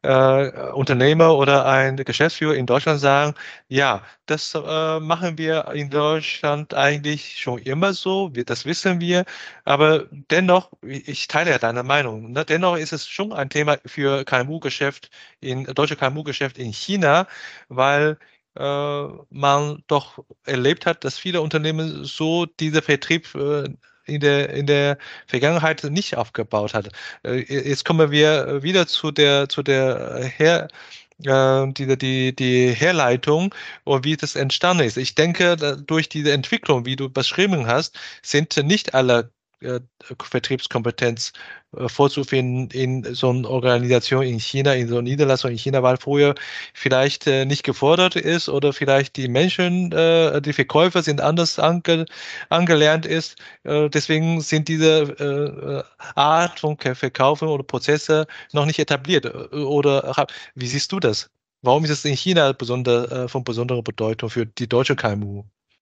äh, Unternehmer oder ein Geschäftsführer in Deutschland sagen, ja, das äh, machen wir in Deutschland eigentlich schon immer so, wir, das wissen wir, aber dennoch, ich teile ja deine Meinung, ne, dennoch ist es schon ein Thema für K M U-Geschäft, in deutsche K M U-Geschäft in China, weil äh, man doch erlebt hat, dass viele Unternehmen so diese Vertrieb äh, in der, in der Vergangenheit nicht aufgebaut hat. Äh, jetzt kommen wir wieder zu der, zu der Her, äh, die, die, die Herleitung und wie das entstanden ist. Ich denke, da, durch diese Entwicklung, wie du beschrieben hast, sind nicht alle äh, Vertriebskompetenz äh, vorzufinden in so einer Organisation in China, in so einer Niederlassung in China, weil früher vielleicht äh, nicht gefordert ist oder vielleicht die Menschen, äh, die Verkäufer sind anders ange, angelernt ist. Äh, deswegen sind diese äh, Art von Verkaufen oder Prozesse noch nicht etabliert. Oder wie siehst du das? Warum ist es in China besonder, äh, von besonderer Bedeutung für die deutsche K M U?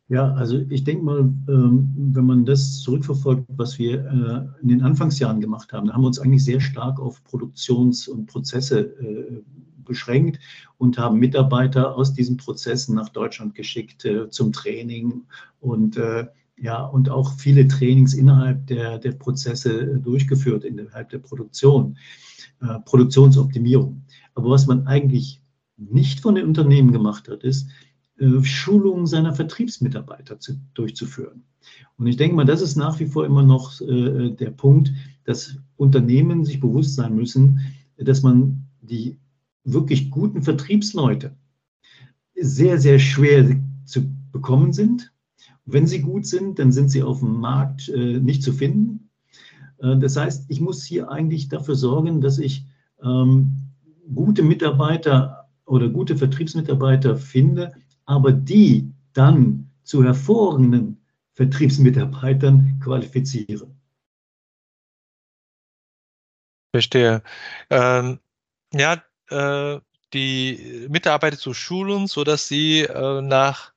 Ja, also ich denke mal, ähm, wenn man das zurückverfolgt, was wir äh, in den Anfangsjahren gemacht haben, haben wir uns eigentlich sehr stark auf Produktions- und Prozesse äh, beschränkt und haben Mitarbeiter aus diesen Prozessen nach Deutschland geschickt äh, zum Training und äh, ja, und auch viele Trainings innerhalb der, der Prozesse durchgeführt, innerhalb der Produktion, äh, Produktionsoptimierung. Aber was man eigentlich nicht von den Unternehmen gemacht hat, ist, Schulungen seiner Vertriebsmitarbeiter zu, durchzuführen. Und ich denke mal, das ist nach wie vor immer noch äh, der Punkt, dass Unternehmen sich bewusst sein müssen, dass man die wirklich guten Vertriebsleute sehr, sehr schwer zu bekommen sind. Wenn sie gut sind, dann sind sie auf dem Markt äh, nicht zu finden. Äh, das heißt, ich muss hier eigentlich dafür sorgen, dass ich ähm, gute Mitarbeiter oder gute Vertriebsmitarbeiter finde, aber die dann zu hervorragenden Vertriebsmitarbeitern qualifiziere. Verstehe. Ähm, ja, äh, die Mitarbeiter zu schulen, sodass sie äh, nach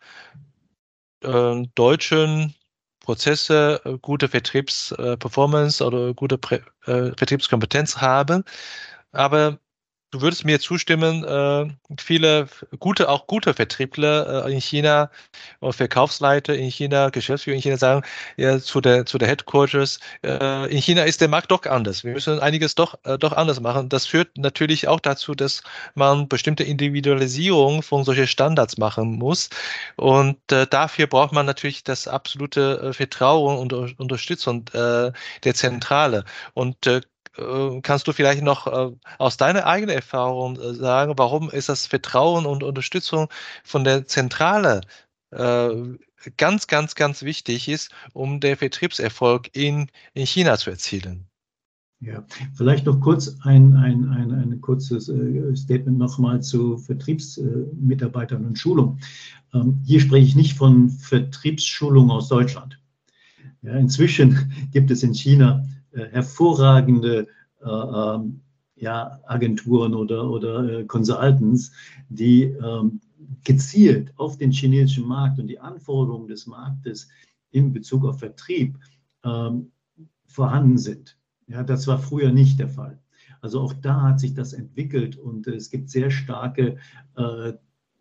äh, deutschen Prozesse äh, gute Vertriebsperformance oder gute Prä äh, Vertriebskompetenz haben. Aber du würdest mir zustimmen, äh, viele gute, auch gute Vertriebler äh, in China und Verkaufsleiter in China, Geschäftsführer in China sagen, ja, zu der, zu der Headquarters, äh, in China ist der Markt doch anders. Wir müssen einiges doch, äh, doch anders machen. Das führt natürlich auch dazu, dass man bestimmte Individualisierung von solchen Standards machen muss. Und äh, dafür braucht man natürlich das absolute äh, Vertrauen und uh, Unterstützung äh, der Zentrale. Und äh, kannst du vielleicht noch äh, aus deiner eigenen Erfahrung äh, sagen, warum ist das Vertrauen und Unterstützung von der Zentrale äh, ganz, ganz, ganz wichtig ist, um den Vertriebserfolg in, in China zu erzielen? Ja, vielleicht noch kurz ein, ein, ein, ein kurzes äh, Statement nochmal zu Vertriebsmitarbeitern und Schulung. Ähm, hier spreche ich nicht von Vertriebsschulung aus Deutschland. Ja, inzwischen gibt es in China äh, hervorragende äh, ähm, ja, Agenturen oder, oder äh, Consultants, die ähm, gezielt auf den chinesischen Markt und die Anforderungen des Marktes in Bezug auf Vertrieb ähm, vorhanden sind. Ja, das war früher nicht der Fall. Also auch da hat sich das entwickelt und es gibt sehr starke äh,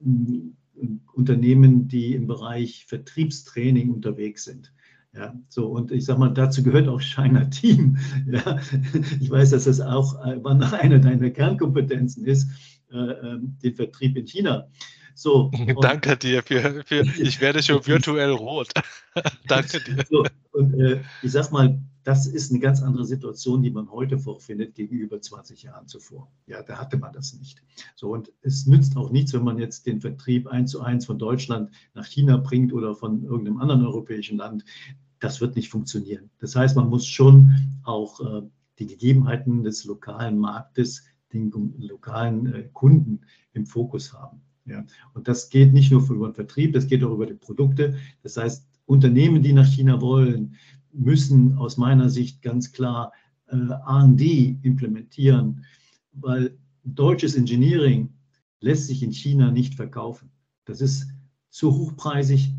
Unternehmen, die im Bereich Vertriebstraining unterwegs sind. Ja, so, und ich sage mal, dazu gehört auch China Team. Ja, ich weiß, dass das auch eine deiner Kernkompetenzen ist, äh, den Vertrieb in China. So, und Danke dir für, für, ich werde schon virtuell rot. Danke dir. So, und äh, ich sag mal, das ist eine ganz andere Situation, die man heute vorfindet gegenüber zwanzig Jahren zuvor. Ja, da hatte man das nicht. So, und es nützt auch nichts, wenn man jetzt den Vertrieb eins zu eins von Deutschland nach China bringt oder von irgendeinem anderen europäischen Land. Das wird nicht funktionieren. Das heißt, man muss schon auch äh, die Gegebenheiten des lokalen Marktes, den lokalen äh, Kunden im Fokus haben. Ja, und das geht nicht nur über den Vertrieb, das geht auch über die Produkte. Das heißt, Unternehmen, die nach China wollen, müssen aus meiner Sicht ganz klar äh, R und D implementieren, weil deutsches Engineering lässt sich in China nicht verkaufen. Das ist zu hochpreisig,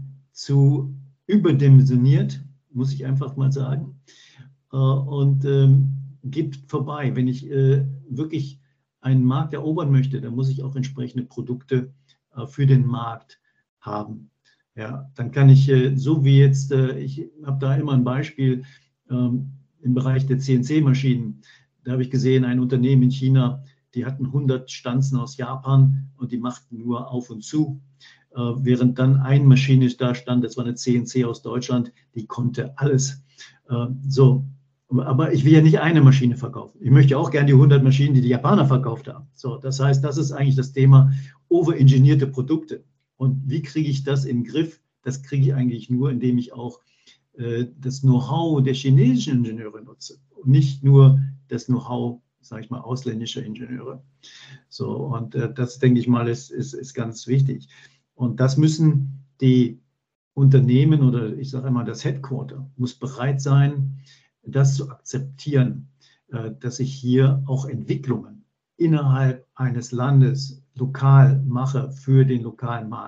zu überdimensioniert, muss ich einfach mal sagen, äh, und ähm, geht vorbei. Wenn ich äh, wirklich einen Markt erobern möchte, dann muss ich auch entsprechende Produkte äh, für den Markt haben. Ja, dann kann ich, so wie jetzt, ich habe da immer ein Beispiel ähm, im Bereich der C N C-Maschinen. Da habe ich gesehen, ein Unternehmen in China, die hatten hundert Stanzen aus Japan und die machten nur auf und zu. Äh, während dann ein Maschinist da stand, das war eine C N C aus Deutschland, die konnte alles. Äh, so, aber ich will ja nicht eine Maschine verkaufen. Ich möchte auch gerne die hundert Maschinen, die die Japaner verkauft haben. So, das heißt, das ist eigentlich das Thema overengineerte Produkte. Und wie kriege ich das in den Griff? Das kriege ich eigentlich nur, indem ich auch äh, das Know-how der chinesischen Ingenieure nutze und nicht nur das Know-how, sage ich mal, ausländischer Ingenieure. So, und äh, das, denke ich mal, ist, ist, ist ganz wichtig. Und das müssen die Unternehmen oder ich sage einmal, das Headquarter muss bereit sein, das zu akzeptieren, äh, dass ich hier auch Entwicklungen innerhalb eines Landes lokal mache für den lokalen Markt.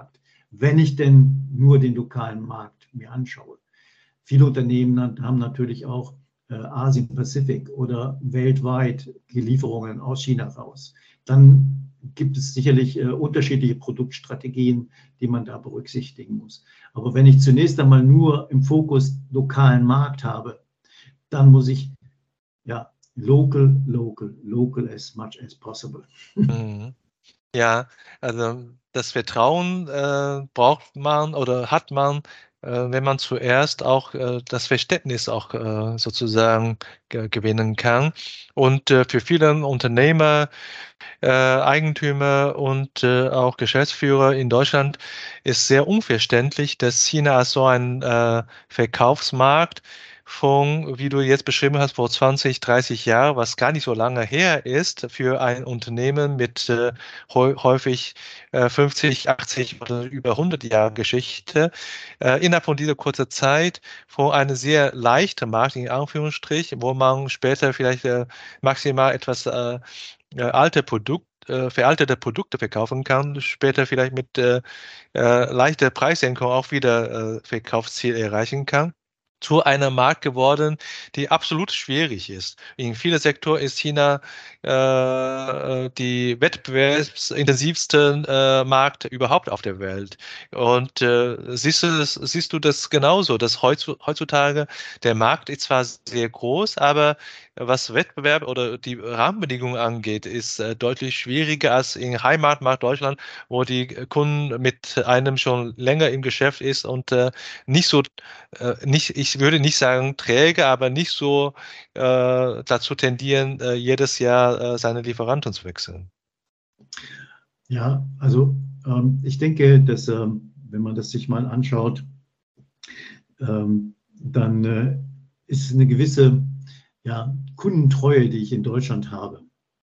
wenn ich denn nur den lokalen Markt mir anschaue. Viele Unternehmen haben natürlich auch äh, Asien-Pazifik oder weltweit Lieferungen aus China raus. Dann gibt es sicherlich äh, unterschiedliche Produktstrategien, die man da berücksichtigen muss. Aber wenn ich zunächst einmal nur im Fokus lokalen Markt habe, dann muss ich ja local, local, local as much as possible. Mhm. Ja, also das Vertrauen äh, braucht man oder hat man, äh, wenn man zuerst auch äh, das Verständnis auch äh, sozusagen ge gewinnen kann. Und äh, für viele Unternehmer, äh, Eigentümer und äh, auch Geschäftsführer in Deutschland ist sehr unverständlich, dass China als so ein äh, Verkaufsmarkt von, wie du jetzt beschrieben hast, vor zwanzig, dreißig Jahren, was gar nicht so lange her ist, für ein Unternehmen mit äh, häufig äh, fünfzig, achtzig oder über hundert Jahre Geschichte, äh, innerhalb von dieser kurzen Zeit vor eine sehr leichte Markt, in Anführungsstrichen, wo man später vielleicht äh, maximal etwas äh, äh, alte Produkt, äh, veraltete Produkte verkaufen kann, später vielleicht mit äh, äh, leichter Preissenkung auch wieder äh, Verkaufsziel erreichen kann, zu einer Markt geworden, die absolut schwierig ist. In vielen Sektoren ist China äh, die wettbewerbsintensivste äh, Markt überhaupt auf der Welt. Und äh, siehst du das, siehst du das genauso, dass heutzutage der Markt ist zwar sehr groß, aber was Wettbewerb oder die Rahmenbedingungen angeht, ist äh, deutlich schwieriger als im Heimatmarkt Deutschland, wo die Kunden mit einem schon länger im Geschäft ist und äh, nicht so, äh, nicht, ich würde nicht sagen träge, aber nicht so äh, dazu tendieren, äh, jedes Jahr äh, seine Lieferanten zu wechseln. Ja, also ähm, ich denke, dass ähm, wenn man das sich mal anschaut, ähm, dann äh, ist eine gewisse ja, Kundentreue, die ich in Deutschland habe,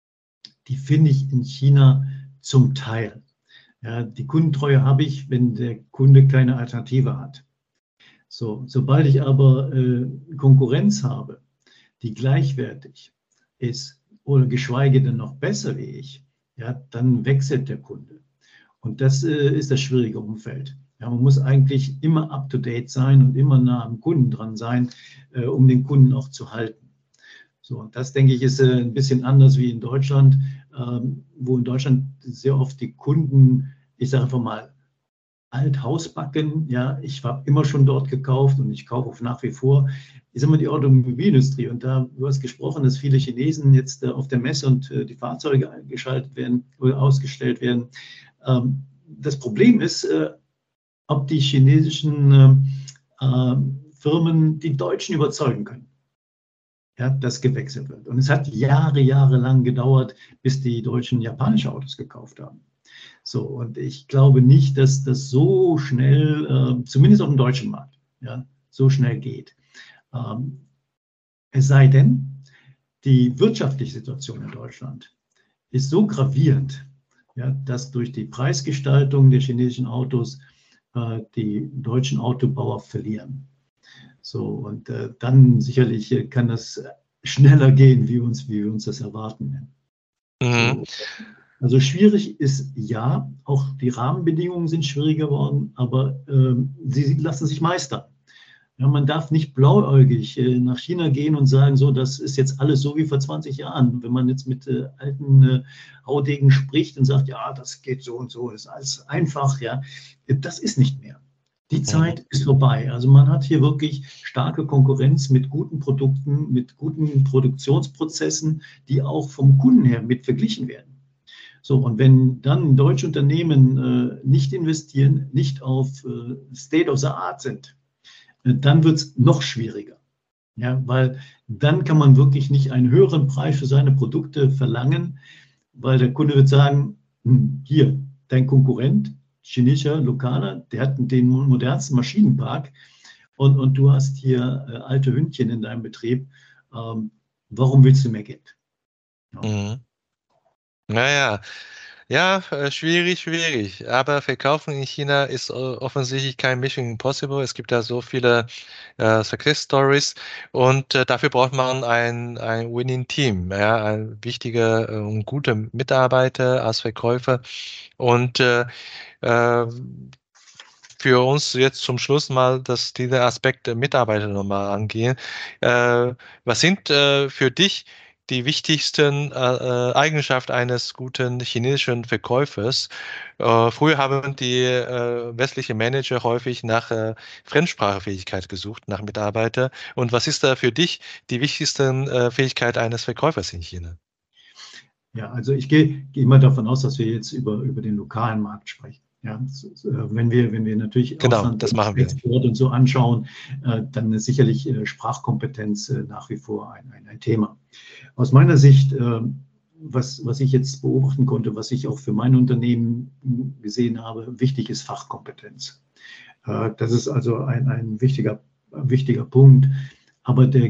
die finde ich in China zum Teil. Ja, die Kundentreue habe ich, wenn der Kunde keine Alternative hat. So, sobald ich aber äh, Konkurrenz habe, die gleichwertig ist oder geschweige denn noch besser wie ich, ja, dann wechselt der Kunde. Und das äh, ist das schwierige Umfeld. Ja, man muss eigentlich immer up-to-date sein und immer nah am Kunden dran sein, äh, um den Kunden auch zu halten. So, und das, denke ich, ist äh, ein bisschen anders wie in Deutschland, ähm, wo in Deutschland sehr oft die Kunden, ich sage einfach mal, Althausbacken, ja, ich habe immer schon dort gekauft und ich kaufe auch nach wie vor, ist immer die Automobilindustrie. Und da, du hast gesprochen, dass viele Chinesen jetzt äh, auf der Messe und äh, die Fahrzeuge eingeschaltet werden oder ausgestellt werden. Ähm, das Problem ist, äh, ob die chinesischen äh, äh, Firmen die Deutschen überzeugen können, ja, dass gewechselt wird. Und es hat Jahre, Jahre lang gedauert, bis die Deutschen japanische Autos gekauft haben. So, und ich glaube nicht, dass das so schnell, äh, zumindest auf dem deutschen Markt, ja, so schnell geht. Ähm, es sei denn, die wirtschaftliche Situation in Deutschland ist so gravierend, ja, dass durch die Preisgestaltung der chinesischen Autos äh, die deutschen Autobauer verlieren. So, und äh, dann sicherlich äh, kann das schneller gehen, wie, uns, wie wir uns das erwarten. Mhm. So. Also schwierig ist ja, auch die Rahmenbedingungen sind schwieriger geworden, aber äh, sie lassen sich meistern. Ja, man darf nicht blauäugig äh, nach China gehen und sagen, so, das ist jetzt alles so wie vor zwanzig Jahren. Wenn man jetzt mit äh, alten äh, Haudegen spricht und sagt, ja, das geht so und so, ist alles einfach, ja, das ist nicht mehr. Die Zeit ist vorbei. Also man hat hier wirklich starke Konkurrenz mit guten Produkten, mit guten Produktionsprozessen, die auch vom Kunden her mit verglichen werden. So, und wenn dann deutsche Unternehmen äh, nicht investieren, nicht auf äh, State of the Art sind, äh, dann wird es noch schwieriger. Ja, weil dann kann man wirklich nicht einen höheren Preis für seine Produkte verlangen, weil der Kunde wird sagen, hm, hier, dein Konkurrent, chinesischer, lokaler, der hat den modernsten Maschinenpark und, und du hast hier äh, alte Hündchen in deinem Betrieb. Ähm, warum willst du mehr Geld? Ja. Mhm. Naja, ja, äh, schwierig, schwierig. Aber Verkaufen in China ist äh, offensichtlich kein Mission Impossible. Es gibt da so viele äh, Success Stories und äh, dafür braucht man ein, ein Winning Team, ja, ein wichtiger äh, und guter Mitarbeiter als Verkäufer. Und äh, äh, für uns jetzt zum Schluss mal, dass diese Aspekte Mitarbeiter nochmal angehen. Äh, was sind äh, für dich die wichtigsten äh, äh, Eigenschaften eines guten chinesischen Verkäufers? Äh, früher haben die äh, westlichen Manager häufig nach äh, Fremdsprachefähigkeit gesucht, nach Mitarbeiter. Und was ist da für dich die wichtigsten äh, Fähigkeit eines Verkäufers in China? Ja, also ich gehe, gehe immer davon aus, dass wir jetzt über, über den lokalen Markt sprechen. Ja, wenn wir, wenn wir natürlich Genau, Ausland, das machen wir. Export und so anschauen, dann ist sicherlich Sprachkompetenz nach wie vor ein, ein, ein Thema. Aus meiner Sicht, was, was ich jetzt beobachten konnte, was ich auch für mein Unternehmen gesehen habe, wichtig ist Fachkompetenz. Das ist also ein, ein wichtiger, wichtiger Punkt. Aber der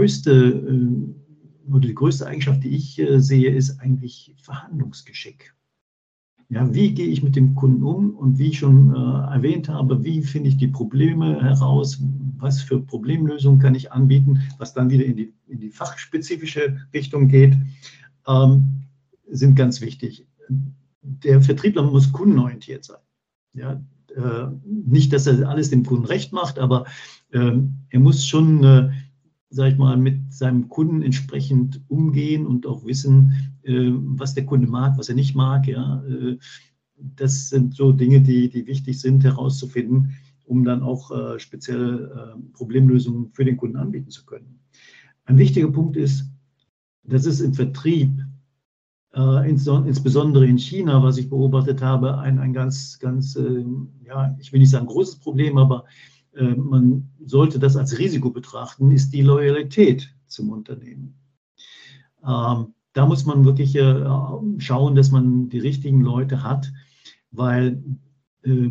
größte oder die größte Eigenschaft, die ich äh, sehe, ist eigentlich Verhandlungsgeschick. Ja, wie gehe ich mit dem Kunden um? Und wie ich schon äh, erwähnt habe, wie finde ich die Probleme heraus? Was für Problemlösungen kann ich anbieten? Was dann wieder in die, in die fachspezifische Richtung geht, ähm, sind ganz wichtig. Der Vertriebler muss kundenorientiert sein. Ja, äh, nicht, dass er alles dem Kunden recht macht, aber äh, er muss schon äh, sag ich mal, mit seinem Kunden entsprechend umgehen und auch wissen, äh, was der Kunde mag, was er nicht mag. Ja. Äh, das sind so Dinge, die, die wichtig sind herauszufinden, um dann auch äh, spezielle äh, Problemlösungen für den Kunden anbieten zu können. Ein wichtiger Punkt ist, dass es im Vertrieb, äh, ins, insbesondere in China, was ich beobachtet habe, ein, ein ganz, ganz, äh, ja, ich will nicht sagen großes Problem, aber man sollte das als Risiko betrachten, ist die Loyalität zum Unternehmen. Ähm, da muss man wirklich äh, schauen, dass man die richtigen Leute hat, weil äh,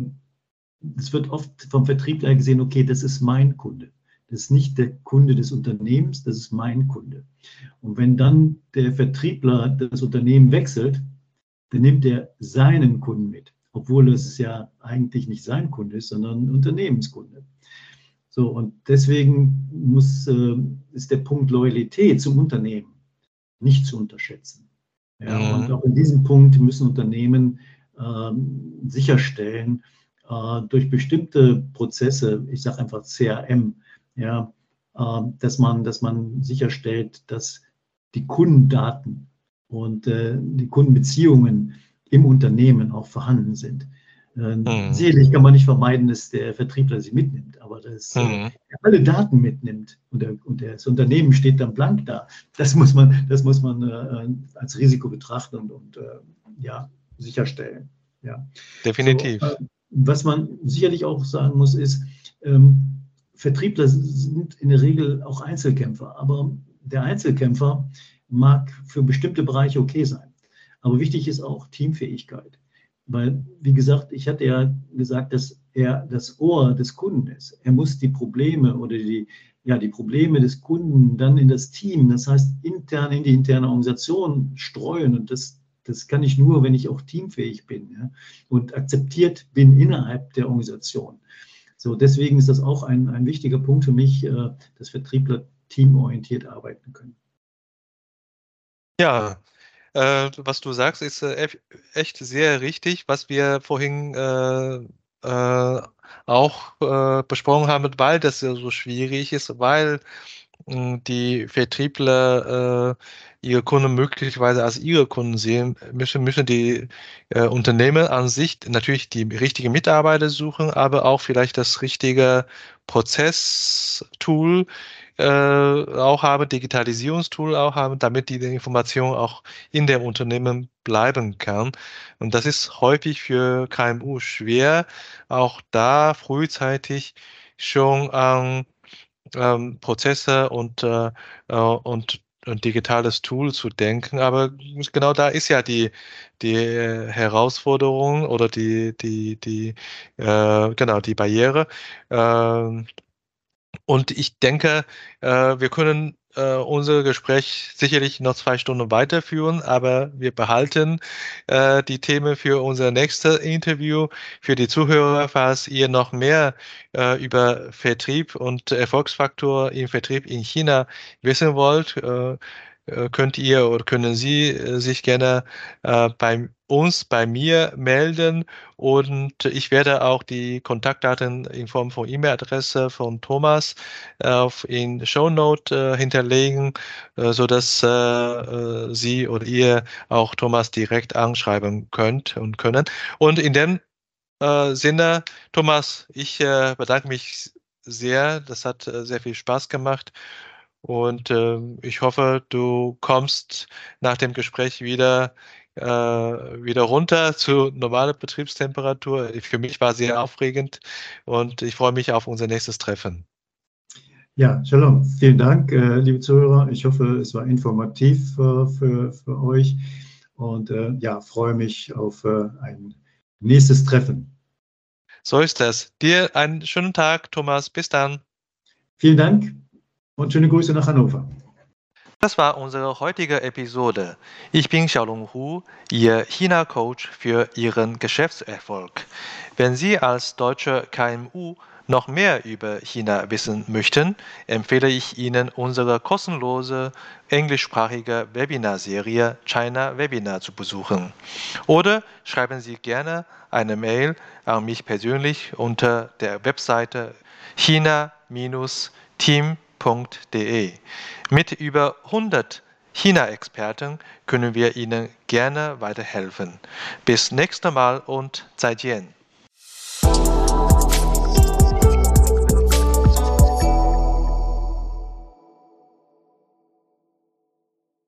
es wird oft vom Vertriebler gesehen, okay, das ist mein Kunde. Das ist nicht der Kunde des Unternehmens, das ist mein Kunde. Und wenn dann der Vertriebler das Unternehmen wechselt, dann nimmt er seinen Kunden mit, obwohl es ja eigentlich nicht sein Kunde ist, sondern ein Unternehmenskunde. So, und deswegen muss, äh, ist der Punkt Loyalität zum Unternehmen nicht zu unterschätzen. Ja, mhm. Und auch in diesem Punkt müssen Unternehmen äh, sicherstellen, äh, durch bestimmte Prozesse, ich sage einfach C R M, ja, äh, dass, man, dass man sicherstellt, dass die Kundendaten und äh, die Kundenbeziehungen im Unternehmen auch vorhanden sind. Äh, mhm. Sicherlich kann man nicht vermeiden, dass der Vertriebler sie mitnimmt, aber dass mhm. äh, er alle Daten mitnimmt und, der, und das Unternehmen steht dann blank da, das muss man, das muss man äh, als Risiko betrachten und, und äh, ja, sicherstellen. Ja. Definitiv. So, äh, was man sicherlich auch sagen muss, ist, ähm, Vertriebler sind in der Regel auch Einzelkämpfer, aber der Einzelkämpfer mag für bestimmte Bereiche okay sein. Aber wichtig ist auch Teamfähigkeit. Weil, wie gesagt, ich hatte ja gesagt, dass er das Ohr des Kunden ist. Er muss die Probleme oder die, ja, die Probleme des Kunden dann in das Team, das heißt intern in die interne Organisation streuen. Und das, das kann ich nur, wenn ich auch teamfähig bin, ja, und akzeptiert bin innerhalb der Organisation. So, deswegen ist das auch ein, ein wichtiger Punkt für mich, dass Vertriebler teamorientiert arbeiten können. Ja, äh, was du sagst, ist äh, echt sehr richtig, was wir vorhin äh, äh, auch äh, besprochen haben, weil das ja so schwierig ist, weil mh, die Vertriebler äh, ihre Kunden möglicherweise als ihre Kunden sehen, müssen, müssen die äh, Unternehmen an sich natürlich die richtigen Mitarbeiter suchen, aber auch vielleicht das richtige Prozesstool äh, auch haben, Digitalisierungstool auch haben, damit die Information auch in dem Unternehmen bleiben kann. Und das ist häufig für K M U schwer, auch da frühzeitig schon an ähm, Prozesse und, äh, und ein digitales Tool zu denken. Aber genau da ist ja die, die Herausforderung oder die, die, die, äh, genau, die Barriere. Ähm, und ich denke, äh, wir können äh, unser Gespräch sicherlich noch zwei Stunden weiterführen, aber wir behalten äh, die Themen für unser nächstes Interview. Für die Zuhörer, falls ihr noch mehr äh, über Vertrieb und Erfolgsfaktor im Vertrieb in China wissen wollt, äh, äh, könnt ihr oder können Sie äh, sich gerne äh, bei uns, bei mir melden und ich werde auch die Kontaktdaten in Form von E-Mail-Adresse von Thomas äh, auf in Shownote äh, hinterlegen, äh, sodass äh, äh, Sie oder ihr auch Thomas direkt anschreiben könnt und können. Und in dem äh, Sinne, Thomas, ich äh, bedanke mich sehr. Das hat äh, sehr viel Spaß gemacht. Und ähm, ich hoffe, du kommst nach dem Gespräch wieder, äh, wieder runter zu normaler Betriebstemperatur. Für mich war es sehr aufregend und ich freue mich auf unser nächstes Treffen. Ja, Shalom. Vielen Dank, äh, liebe Zuhörer. Ich hoffe, es war informativ äh, für, für euch und äh, ja, freue mich auf äh, ein nächstes Treffen. So ist es. Dir einen schönen Tag, Thomas. Bis dann. Vielen Dank und schöne Grüße nach Hannover. Das war unsere heutige Episode. Ich bin Xiaolong Hu, Ihr China-Coach für Ihren Geschäftserfolg. Wenn Sie als deutsche K M U noch mehr über China wissen möchten, empfehle ich Ihnen unsere kostenlose englischsprachige Webinarserie China Webinar zu besuchen. Oder schreiben Sie gerne eine Mail an mich persönlich unter der Webseite china-team punkt de. Mit über hundert China-Experten können wir Ihnen gerne weiterhelfen. Bis nächstes Mal und 再见.